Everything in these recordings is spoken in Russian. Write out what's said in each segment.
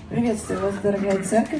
Приветствую вас, дорогая церковь.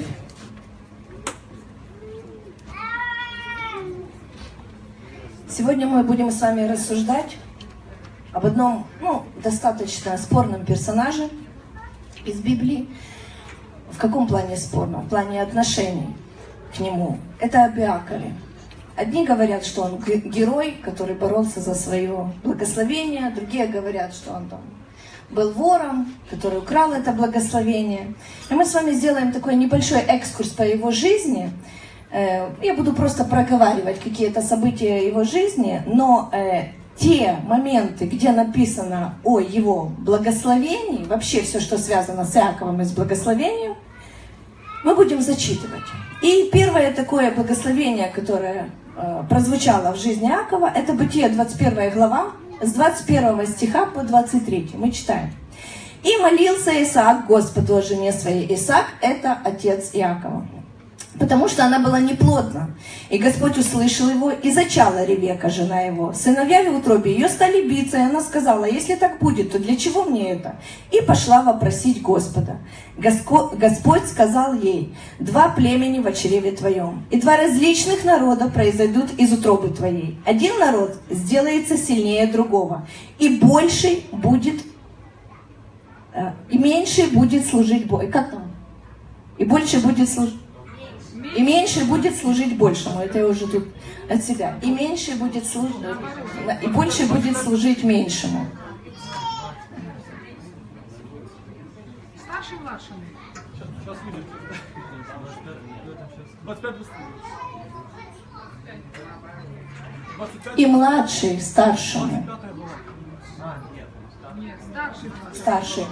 Сегодня мы будем с вами рассуждать об одном, достаточно спорном персонаже из Библии. В каком плане спорном? В плане отношений к нему. Это об Иакове. Одни говорят, что он герой, который боролся за свое благословение, другие говорят, что он там был вором, который украл это благословение. И мы с вами сделаем такой небольшой экскурс по его жизни. Я буду просто проговаривать какие-то события его жизни, но те моменты, где написано о его благословении, вообще все, что связано с Иаковом и с благословением, мы будем зачитывать. И первое такое благословение, которое прозвучало в жизни Иакова, это Бытие 21 глава, с 21 стиха по 23. Мы читаем. «И молился Исаак Господу о жене своей». Исаак – это отец Иакова. Потому что она была неплодна. И Господь услышал его, и зачала Ревека, жена его. Сыновья в утробе ее стали биться, и она сказала: если так будет, то для чего мне это? И пошла вопросить Господа. Господь сказал ей: 2 племени в чреве твоем, и 2 различных народа произойдут из утробы твоей. Один народ сделается сильнее другого, и больший будет, и меньший будет служить Богу. Как там? И больше будет служить. И меньше будет служить большему. Это я уже тут от себя. И меньше будет служить, и больше будет служить меньшему. Старший младшему. Сейчас видите. 25 быстрее. И младший старшему. Нет, старший. Старший.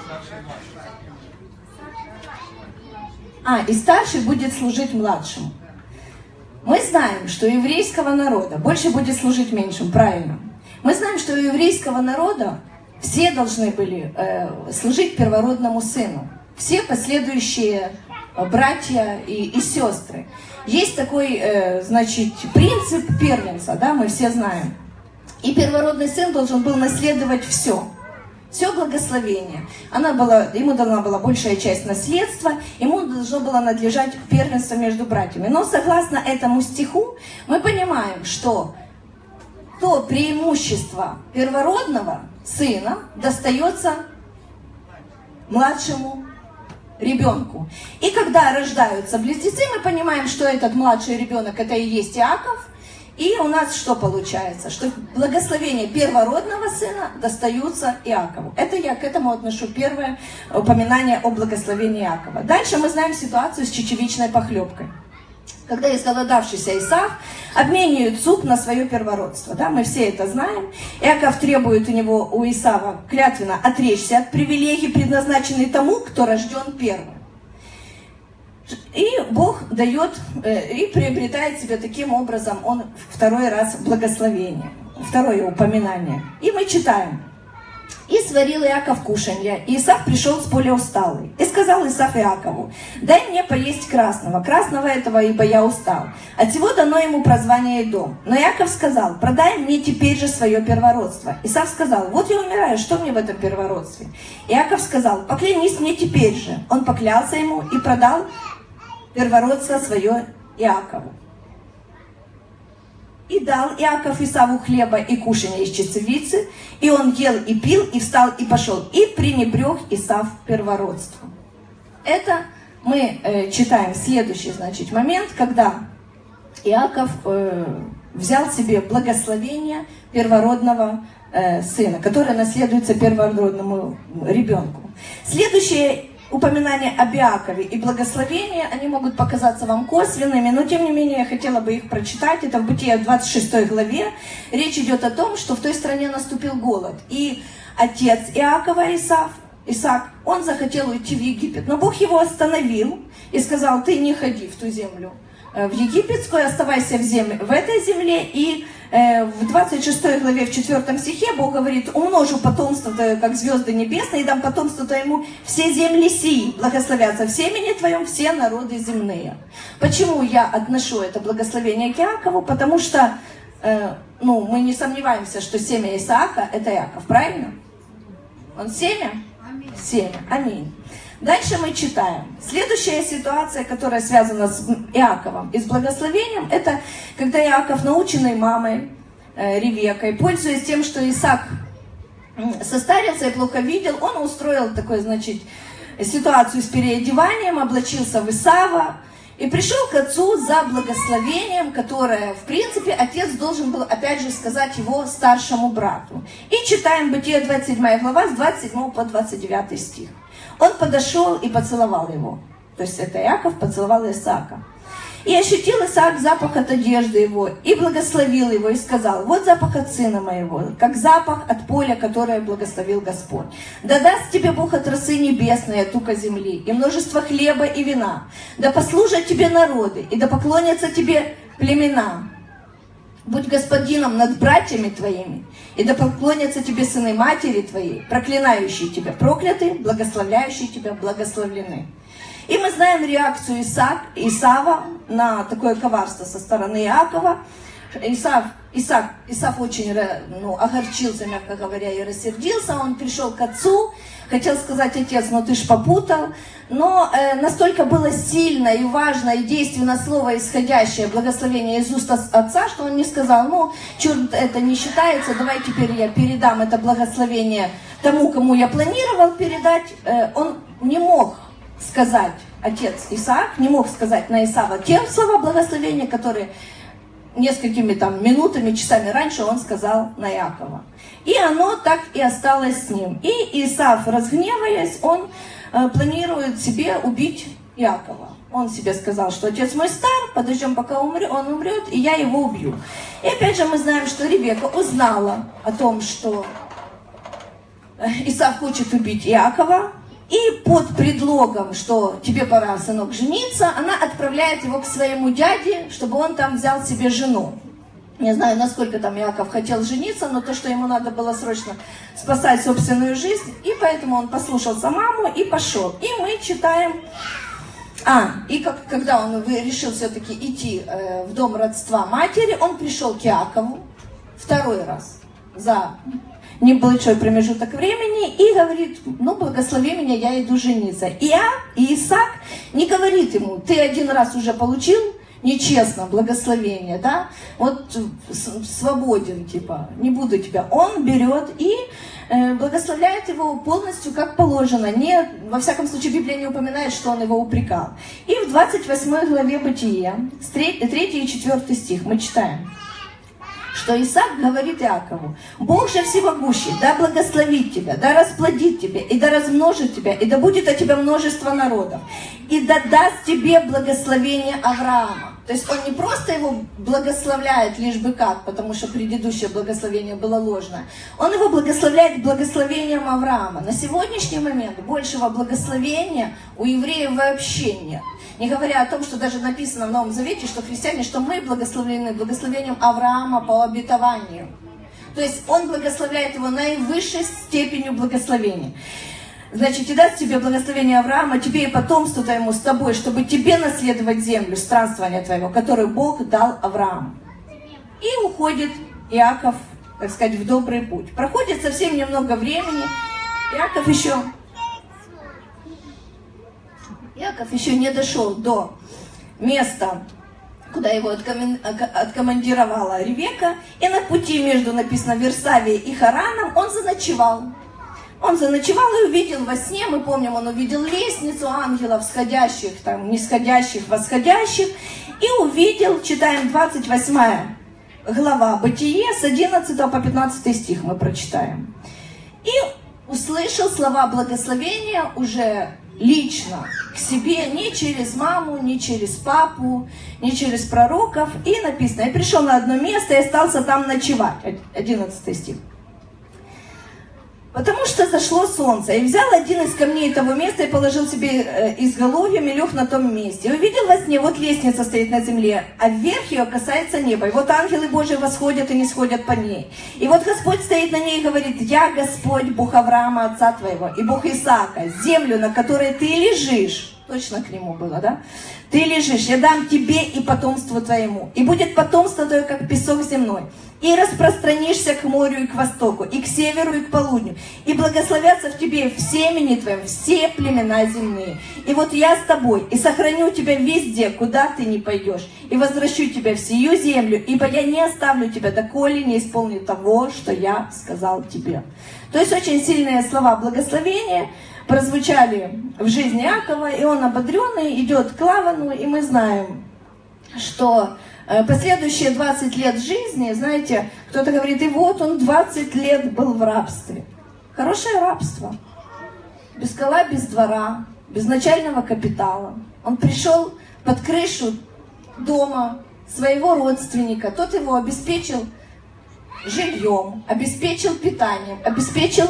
И старший будет служить младшему. Мы знаем, что у еврейского народа больше будет служить меньшему, правильно? Мы знаем, что у еврейского народа все должны были служить первородному сыну. Все последующие братья и сестры. Есть такой, принцип первенца, да, мы все знаем. И первородный сын должен был наследовать все благословение. Ему дана была большая часть наследства, ему должно было надлежать первенство между братьями. Но согласно этому стиху, мы понимаем, что то преимущество первородного сына достается младшему ребенку. И когда рождаются близнецы, мы понимаем, что этот младший ребенок — это и есть Иаков. И у нас что получается? Что благословение первородного сына достаются Иакову. Это я к этому отношу первое упоминание о благословении Иакова. Дальше мы знаем ситуацию с чечевичной похлебкой. Когда изголодавшийся Исав обменивает суп на свое первородство. Да, мы все это знаем. Иаков требует у Исава клятвенно отречься от привилегий, предназначенной тому, кто рожден первым. И Бог дает и приобретает себе таким образом он второй раз благословение, второе упоминание. И мы читаем. «И сварил Иаков кушанье, и Исав пришел с поля усталый. И сказал Исав Иакову: дай мне поесть красного этого, ибо я устал. От всего дано ему прозвание Эдом. Но Иаков сказал: продай мне теперь же свое первородство. Исав сказал: вот я умираю, что мне в этом первородстве? Иаков сказал: поклянись мне теперь же. Он поклялся ему и продал первородство свое Иакову. И дал Иаков Исаву хлеба и кушанья из чечевицы, и он ел и пил, и встал, и пошел, и пренебрег Исав первородством». Это мы читаем следующий, момент, когда Иаков взял себе благословение первородного сына, которое наследуется первородному ребенку. Следующее упоминания об Иакове и благословения, они могут показаться вам косвенными, но тем не менее я хотела бы их прочитать. Это в Бытие 26 главе. Речь идет о том, что в той стране наступил голод. И отец Иакова, Исаак, он захотел уйти в Египет. Но Бог его остановил и сказал: ты не ходи в ту землю, в египетскую, оставайся в этой земле. И в 26 главе, в 4 стихе Бог говорит: умножу потомство твое, как звезды небесные, и дам потомство твоему все земли сии, благословятся в семени твоем все народы земные. Почему я отношу это благословение к Иакову? Потому что мы не сомневаемся, что семя Исаака — это Иаков, правильно? Он семя? Аминь. Семя. Аминь. Дальше мы читаем. Следующая ситуация, которая связана с Иаковом и с благословением, это когда Иаков, наученный мамой Ревеккой, пользуясь тем, что Исаак состарился и плохо видел, он устроил такую, значит, ситуацию с переодеванием, облачился в Исава и пришел к отцу за благословением, которое, в принципе, отец должен был, опять же, сказать его старшему брату. И читаем Бытие 27 глава с 27 по 29 стих. Он подошел и поцеловал его. То есть это Иаков поцеловал Исаака. И ощутил Исаак запах от одежды его, и благословил его, и сказал: вот запах от сына моего, как запах от поля, которое благословил Господь. Да даст тебе Бог от росы небесной, от тука земли, и множество хлеба и вина. Да послужат тебе народы, и да поклонятся тебе племена. Будь господином над братьями твоими, и да поклонятся тебе сыны матери твоей, проклинающие тебя прокляты, благословляющие тебя благословлены. И мы знаем реакцию Исава на такое коварство со стороны Иакова. Исав очень огорчился, мягко говоря, и рассердился. Он пришел к отцу, хотел сказать: отец, ну ты ж попутал. Но настолько было сильно и важно и действенно слово, исходящее, благословение из уст отца, что он не сказал: ну, черт, это не считается, давай теперь я передам это благословение тому, кому я планировал передать. Он не мог сказать, отец Исаак не мог сказать на Исава те слова благословения, которые несколькими минутами, часами раньше он сказал на Иакова. И оно так и осталось с ним. И Исав, разгневаясь, он планирует себе убить Иакова. Он себе сказал, что отец мой стар, подождем, пока он умрет, и я его убью. И опять же мы знаем, что Ревекка узнала о том, что Исав хочет убить Иакова, и под предлогом, что тебе пора, сынок, жениться, она отправляет его к своему дяде, чтобы он там взял себе жену. Не знаю, насколько там Иаков хотел жениться, но то, что ему надо было срочно спасать собственную жизнь, и поэтому он послушался маму и пошел. И мы читаем... когда он решил все-таки идти в дом родства матери, он пришел к Иакову второй раз за небольшой промежуток времени и говорит: ну, благослови меня, я иду жениться. И Исаак не говорит ему: ты один раз уже получил нечестно благословение, да, вот свободен, типа, не буду тебя. Он берет и благословляет его полностью, как положено. Не, во всяком случае, Библия не упоминает, что он его упрекал. И в 28 главе Бытия, 3 и 4 стих мы читаем, что Исаак говорит Иакову: Бог же всемогущий, да благословит тебя, да расплодит тебя, и да размножит тебя, и да будет от тебя множество народов, и да даст тебе благословение Авраама. То есть он не просто его благословляет лишь бы как, потому что предыдущее благословение было ложное. Он его благословляет благословением Авраама. На сегодняшний момент большего благословения у евреев вообще нет. Не говоря о том, что даже написано в Новом Завете, что христиане, что мы благословлены благословением Авраама по обетованию. То есть он благословляет его наивысшей степенью благословения. Значит, и даст тебе благословение Авраама, тебе и потомству твоему с тобой, чтобы тебе наследовать землю, странствования твоего, которую Бог дал Аврааму. И уходит Иаков, так сказать, в добрый путь. Проходит совсем немного времени, Иаков еще не дошел до места, куда его откомандировала Ревекка, и на пути между, написано, Вирсавией и Хараном он заночевал. Он заночевал и увидел во сне, мы помним, он увидел лестницу ангелов, сходящих, нисходящих, восходящих, и увидел, читаем 28 глава Бытие, с 11 по 15 стих мы прочитаем. И услышал слова благословения уже лично к себе, не через маму, не через папу, не через пророков. И написано: и пришел на одно место и остался там ночевать. 11 стих. Потому что зашло солнце, и взял один из камней того места и положил себе изголовьем и лег на том месте. И увидел во сне: вот лестница стоит на земле, а вверх ее касается неба. И вот ангелы Божии восходят и не сходят по ней. И вот Господь стоит на ней и говорит: я Господь, Бог Авраама, отца твоего, и Бог Исаака, землю, на которой ты лежишь. точно к нему было, да? Ты лежишь, я дам тебе и потомству твоему, и будет потомство твое, как песок земной, и распространишься к морю и к востоку, и к северу, и к полудню, и благословятся в тебе в семени твоем все племена земные. И вот я с тобой, и сохраню тебя везде, куда ты не пойдешь, и возвращу тебя в сию землю, ибо я не оставлю тебя, доколе не исполню того, что я сказал тебе. То есть очень сильные слова благословения прозвучали в жизни Иакова, и он ободренный идет к Лавану, и мы знаем, что последующие 20 лет жизни, знаете, кто-то говорит, и вот он 20 лет был в рабстве. Хорошее рабство. Без кола, без двора, без начального капитала. Он пришел под крышу дома своего родственника, тот его обеспечил жильем, обеспечил питанием, обеспечил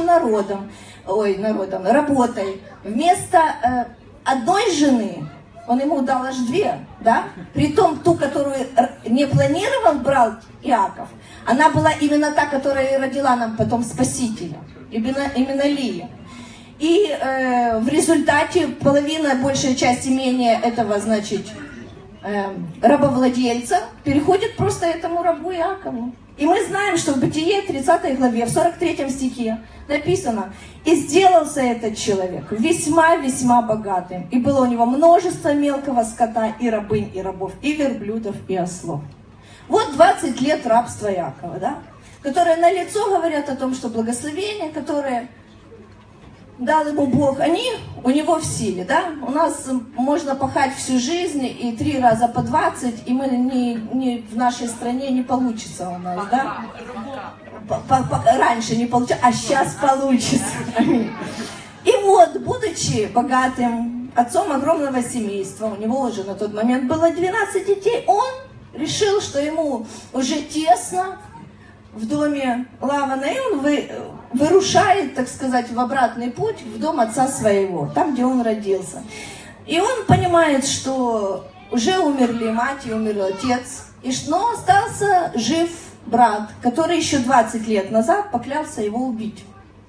работой. Вместо одной жены он ему дал аж две, да? Притом ту, которую не планировал брать Иаков, она была именно та, которая родила нам потом Спасителя, именно Лия. И в результате большая часть имения этого, значит, рабовладельца переходит просто этому рабу Иакову. И мы знаем, что в Бытие 30 главе, в 43 стихе написано: «И сделался этот человек весьма-весьма богатым, и было у него множество мелкого скота, и рабынь, и рабов, и верблюдов, и ослов». Вот 20 лет рабства Иакова, да? Которые налицо говорят о том, что благословения, которые дал ему Бог, они у него в силе, да? У нас можно пахать всю жизнь и 3 раза по 20, и мы в нашей стране не получится у нас, да? Раньше не получалось, а сейчас получится. И вот, будучи богатым отцом огромного семейства, у него уже на тот момент было 12 детей, он решил, что ему уже тесно в доме Лавана, и он вырушает, так сказать, в обратный путь в дом отца своего, там, где он родился. И он понимает, что уже умерли мать и умер отец, но остался жив брат, который еще 20 лет назад поклялся его убить.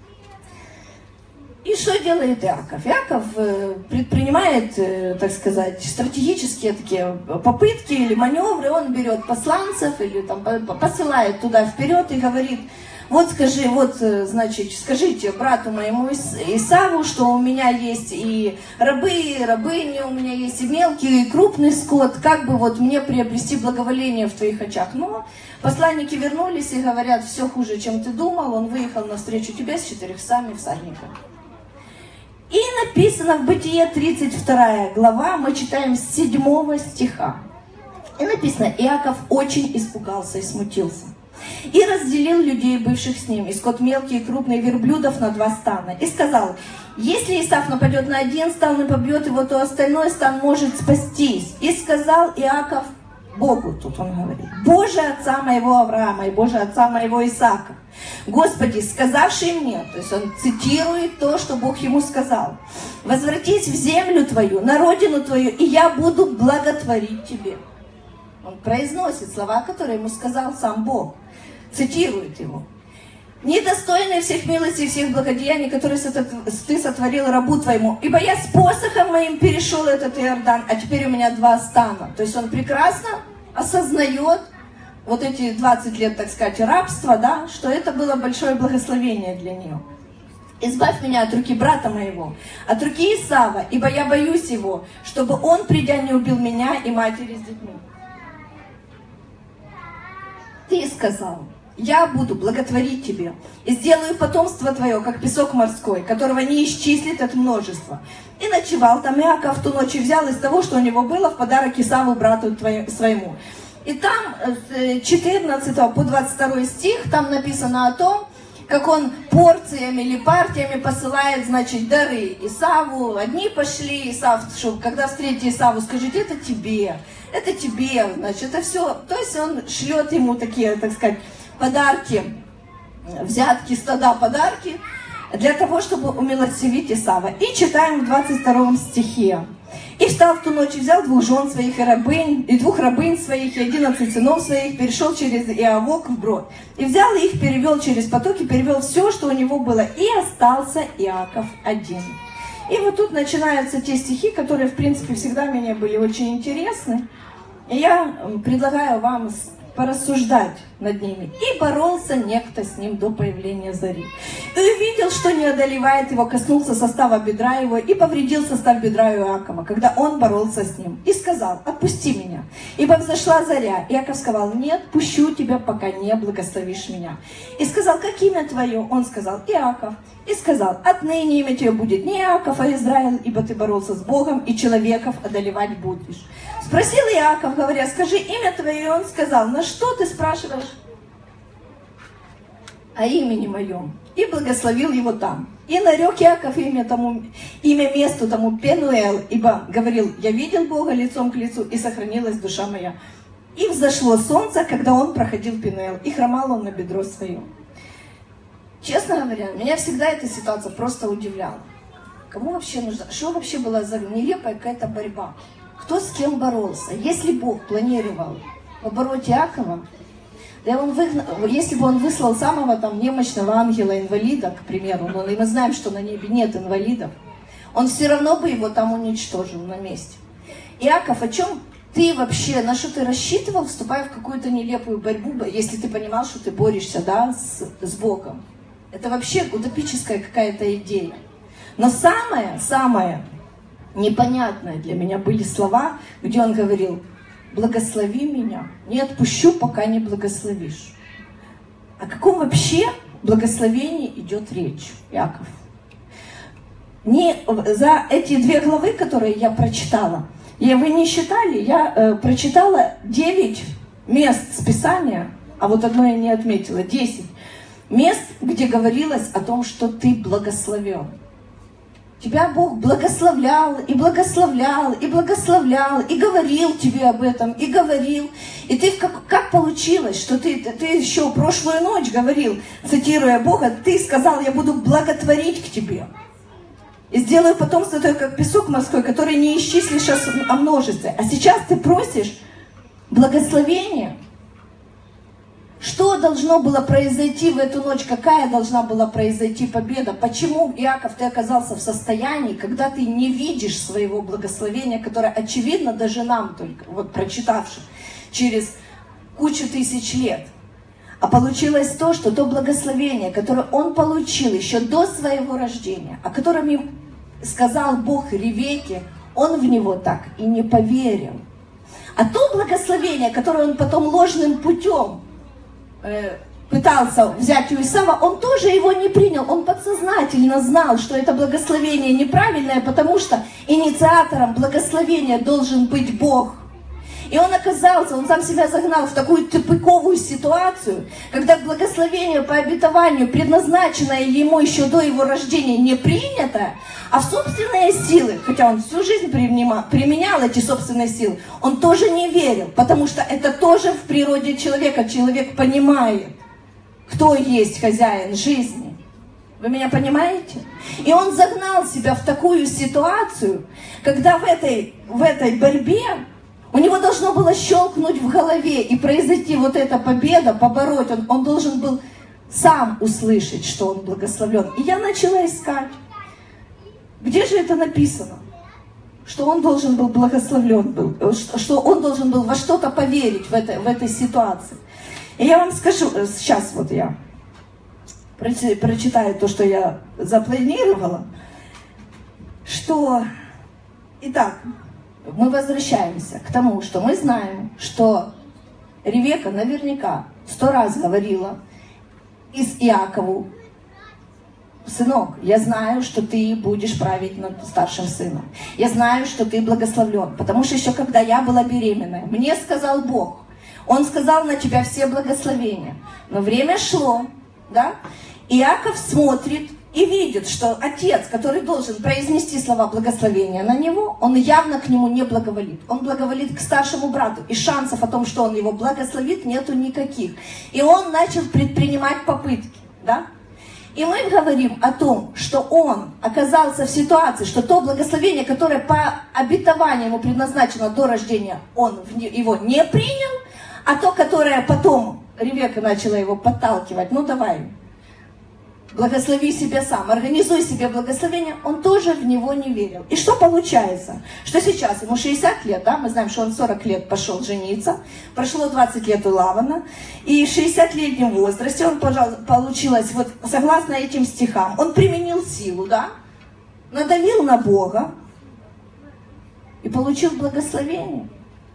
И что делает Иаков? Иаков предпринимает, так сказать, стратегические такие попытки или маневры. Он берет посланцев или там посылает туда вперед и говорит: вот скажите брату моему Исаву, что у меня есть и рабы, и рабыни, у меня есть и мелкий, и крупный скот, как бы вот мне приобрести благоволение в твоих очах. Но посланники вернулись и говорят: все хуже, чем ты думал, он выехал навстречу тебе с 400 всадниками. И написано в Бытие 32 глава, мы читаем с 7 стиха. И написано: Иаков очень испугался и смутился. И разделил людей, бывших с ним, и скот мелкий и крупный, верблюдов на 2 стана. И сказал: если Исав нападет на 1 стан и побьет его, то остальной стан может спастись. И сказал Иаков Богу, тут он говорит: Боже отца моего Авраама и Боже отца моего Исаака, Господи, сказавший мне, то есть он цитирует то, что Бог ему сказал: возвратись в землю твою, на родину твою, и я буду благотворить тебе. Он произносит слова, которые ему сказал сам Бог, цитирует его. Недостойный всех милостей и всех благодеяний, которые ты сотворил рабу твоему, ибо я с посохом моим перешел этот Иордан, а теперь у меня 2 стана. То есть он прекрасно осознает вот эти 20 лет, так сказать, рабства, да, что это было большое благословение для нее. Избавь меня от руки брата моего, от руки Исава, ибо я боюсь его, чтобы он, придя, не убил меня и матери с детьми. Ты сказал: я буду благотворить тебе и сделаю потомство твое, как песок морской, которого не исчислит от множества. И ночевал там Иаков ту ночь и взял из того, что у него было, в подарок Исаву, брату своему. И там с 14 по 22 стих, там написано о том, как он порциями или партиями посылает, значит, дары Исаву. Одни пошли, Исав, когда встретите Исаву, скажите: это тебе, значит, это все. То есть он шлет ему такие, так сказать, подарки, взятки, стада, подарки, для того, чтобы умилостивить Исава. И читаем в 22 стихе. «И встал в ту ночь, и взял 2 жен своих и 2 рабынь своих, и 11 сынов своих, перешел через Иавок вброд. И взял их, перевел через потоки, перевел все, что у него было, и остался Иаков один. И вот тут начинаются те стихи, которые, в принципе, всегда мне были очень интересны. И я предлагаю вам порассуждать над ними. «И боролся некто с ним до появления зари. И увидел, что не одолевает его, коснулся состава бедра его и повредил состав бедра Иакова, когда он боролся с ним. И сказал: отпусти меня, ибо взошла заря. Иаков сказал: нет, пущу тебя, пока не благословишь меня. И сказал: как имя твое? Он сказал: Иаков. И сказал: отныне имя твое будет не Иаков, а Израиль, ибо ты боролся с Богом и человеков одолевать будешь. Спросил Иаков, говоря: скажи имя твое. И он сказал: на что ты спрашиваешь о имени моем? И благословил его там. И нарек Иаков имя месту тому Пенуэл, ибо говорил: я видел Бога лицом к лицу, и сохранилась душа моя. И взошло солнце, когда он проходил Пенуэл, и хромал он на бедро свое. Честно говоря, меня всегда эта ситуация просто удивляла. Кому вообще нужно? Что вообще была за нелепая какая-то борьба? Кто с кем боролся? Если Бог планировал побороть Иакова, да он если бы он выслал самого там немощного ангела-инвалида, к примеру, но мы знаем, что на небе нет инвалидов, он все равно бы его там уничтожил на месте. Иаков, о чем ты вообще, на что ты рассчитывал, вступая в какую-то нелепую борьбу, если ты понимал, что ты борешься, да, с Богом? Это вообще утопическая какая-то идея. Но самое непонятное для меня были слова, где он говорил: благослови меня, не отпущу, пока не благословишь. О каком вообще благословении идет речь, Иаков? Не за эти 2 главы, которые я прочитала, вы не считали, я прочитала 9 мест с Писания, а вот одно я не отметила, 10 мест, где говорилось о том, что ты благословен. Тебя Бог благословлял, и благословлял, и благословлял, и говорил тебе об этом, и говорил. И ты как получилось, что ты еще прошлую ночь говорил, цитируя Бога, ты сказал: я буду благотворить к тебе. И сделаю потомство твое, как песок морской, который не исчислишь о множестве. А сейчас ты просишь благословения. Что должно было произойти в эту ночь? Какая должна была произойти победа? Почему, Иаков, ты оказался в состоянии, когда ты не видишь своего благословения, которое очевидно даже нам только, вот прочитавшим, через кучу тысяч лет? А получилось то, что то благословение, которое он получил еще до своего рождения, о котором им сказал Бог Ревекке, он в него так и не поверил. А то благословение, которое он потом ложным путем пытался взять у Исава, он тоже его не принял. Он подсознательно знал, что это благословение неправильное, потому что инициатором благословения должен быть Бог. И он оказался, он сам себя загнал в такую тупиковую ситуацию, когда благословение по обетованию, предназначенное ему еще до его рождения, не принято, а в собственные силы, хотя он всю жизнь применял эти собственные силы, он тоже не верил, потому что это тоже в природе человека. Человек понимает, кто есть хозяин жизни. Вы меня понимаете? И он загнал себя в такую ситуацию, когда в этой борьбе у него должно было щелкнуть в голове и произойти вот эта победа, побороть. Он должен был сам услышать, что он благословлен. И я начала искать, где же это написано, что он должен был благословлен был, что он должен был во что-то поверить в этой ситуации. И я вам скажу, сейчас вот я прочитаю то, что я запланировала, что, итак, мы возвращаемся к тому, что мы знаем, что Ревекка наверняка 100 раз говорила Иакову: сынок, я знаю, что ты будешь править над старшим сыном. Я знаю, что ты благословлен. Потому что еще когда я была беременная, мне сказал Бог, Он сказал на тебя все благословения. Но время шло, да? Иаков смотрит и видит, что отец, который должен произнести слова благословения на него, он явно к нему не благоволит. Он благоволит к старшему брату. И шансов о том, что он его благословит, нету никаких. И он начал предпринимать попытки, да? И мы говорим о том, что он оказался в ситуации, что то благословение, которое по обетованию ему предназначено до рождения, он его не принял, а то, которое потом Ревекка начала его подталкивать: ну давай, благослови себя сам, организуй себе благословение, он тоже в него не верил. И что получается? Что сейчас ему 60 лет, да, мы знаем, что он 40 лет пошел жениться, прошло 20 лет у Лавана, и в 60-летнем возрасте он, получилось, вот согласно этим стихам, он применил силу, да, надавил на Бога и получил благословение.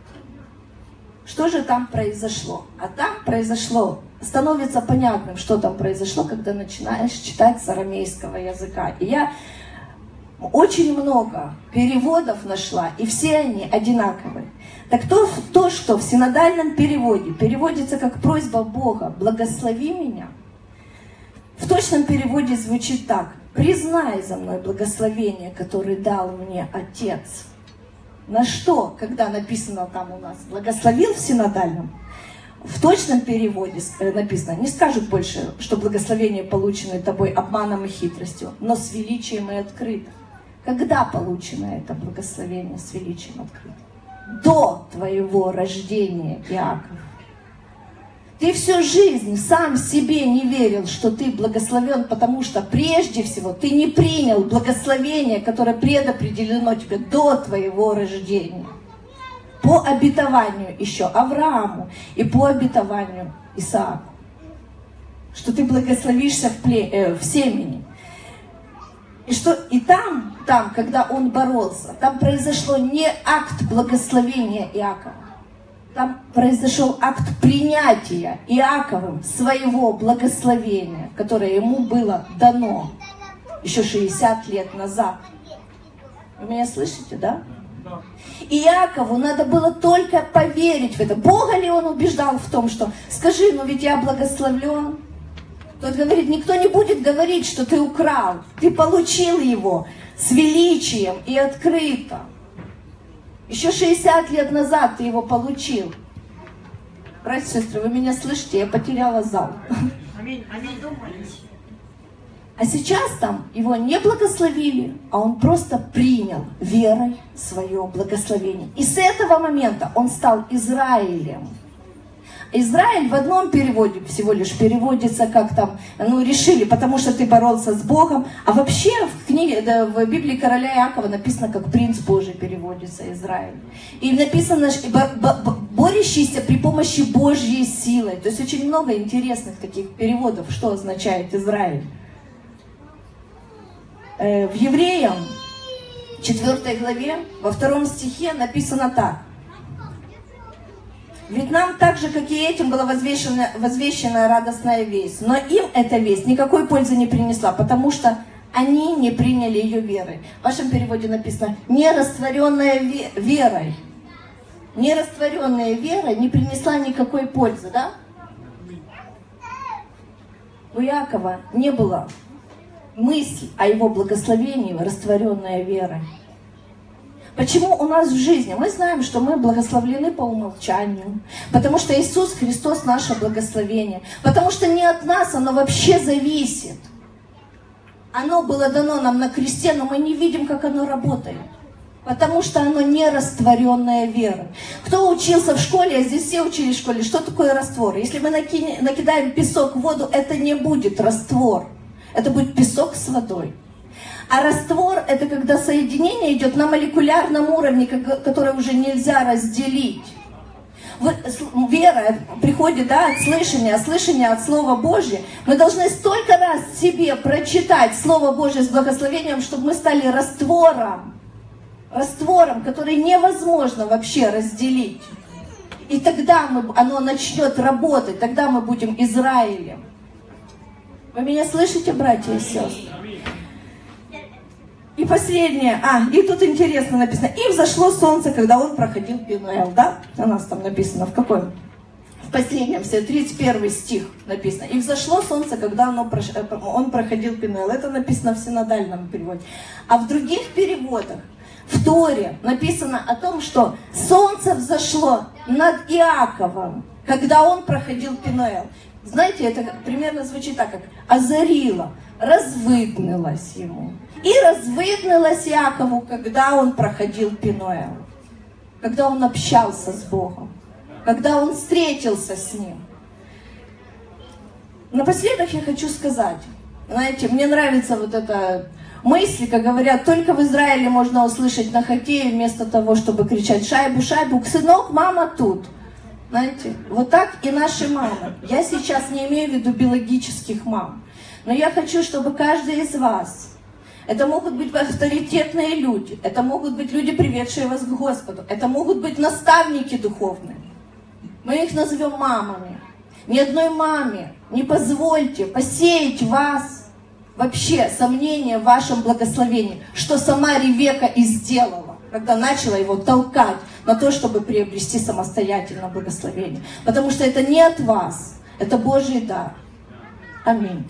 Что же там произошло? А там произошло, становится понятным, что там произошло, когда начинаешь читать с арамейского языка. И я очень много переводов нашла, и все они одинаковые. Так то, что в синодальном переводе переводится как просьба Бога «благослови меня», в точном переводе звучит так: «Признай за мной благословение, которое дал мне Отец». На что, когда написано там у нас «благословил» в синодальном, в точном переводе написано, не скажут больше, что благословения получены тобой обманом и хитростью, но с величием и открыто. Когда получено это благословение с величием открыто? До твоего рождения, Иаков. Ты всю жизнь сам себе не верил, что ты благословен, потому что прежде всего ты не принял благословение, которое предопределено тебе до твоего рождения. По обетованию еще Аврааму и по обетованию Исааку. Что ты благословишься в семени. И что и там, когда он боролся, там произошло не акт благословения Иакова. Там произошел акт принятия Иаковым своего благословения, которое ему было дано еще 60 лет назад. Вы меня слышите, да? Да. И Иакову надо было только поверить в это. Бога ли он убеждал в том, что скажи, ну ведь я благословлен? Тот говорит, никто не будет говорить, что ты украл. Ты получил его с величием и открыто. Еще 60 лет назад ты его получил. Братья и сестры, вы меня слышите? Я потеряла зал. Аминь. Аминь. А сейчас там его не благословили, а он просто принял верой свое благословение. И с этого момента он стал Израилем. Израиль в одном переводе всего лишь переводится как там, решили, потому что ты боролся с Богом. А вообще в книге, в Библии короля Иакова написано, как принц Божий переводится Израиль. И написано, борющийся при помощи Божьей силы. То есть очень много интересных таких переводов, что означает Израиль. В Евреям 4 главе, во 2 стихе написано так. Ведь нам так же, как и этим, была возвещена радостная весть. Но им эта весть никакой пользы не принесла, потому что они не приняли ее верой. В вашем переводе написано «нерастворенная верой». Нерастворенная вера не принесла никакой пользы, да? У Иакова не было мысли о его благословении, растворенная верой. Почему у нас в жизни? Мы знаем, что мы благословлены по умолчанию, потому что Иисус Христос наше благословение, потому что не от нас оно вообще зависит. Оно было дано нам на кресте, но мы не видим, как оно работает, потому что оно не растворенная вера. Кто учился в школе, а здесь все учились в школе, что такое раствор? Если мы накидаем песок в воду, это не будет раствор, это будет песок с водой. А раствор – это когда соединение идет на молекулярном уровне, которое уже нельзя разделить. Вера приходит от слышания, а слышание от Слова Божьего. Мы должны столько раз себе прочитать Слово Божье с благословением, чтобы мы стали раствором, который невозможно вообще разделить. И тогда оно начнет работать, тогда мы будем Израилем. Вы меня слышите, братья и сестры? И последнее, и тут интересно написано, и взошло солнце, когда он проходил Пенуэл, да? У нас там написано, в каком? В последнем, 31 стих написано. И взошло солнце, когда он проходил Пенуэл. Это написано в синодальном переводе. А в других переводах, в Торе, написано о том, что солнце взошло над Иаковом, когда он проходил Пенуэл. Знаете, это примерно звучит так, как озарило, развыднылось ему. И развыднылось Иакову, когда он проходил Пенуэл, когда он общался с Богом, когда он встретился с Ним. Напоследок я хочу сказать, Знаете, мне нравится вот эта мысль, как говорят, только в Израиле можно услышать на хоккее, вместо того, чтобы кричать «шайбу, шайбу», «сынок, мама тут». Знаете, вот так и наши мамы. Я сейчас не имею в виду биологических мам, но я хочу, чтобы каждый из вас, это могут быть авторитетные люди, это могут быть люди, приведшие вас к Господу, это могут быть наставники духовные. Мы их назовем мамами. Ни одной маме не позвольте посеять в вас вообще сомнения в вашем благословении, что сама Ревека и сделала, когда начала его толкать на то, чтобы приобрести самостоятельно благословение. Потому что это не от вас, это Божий дар. Аминь.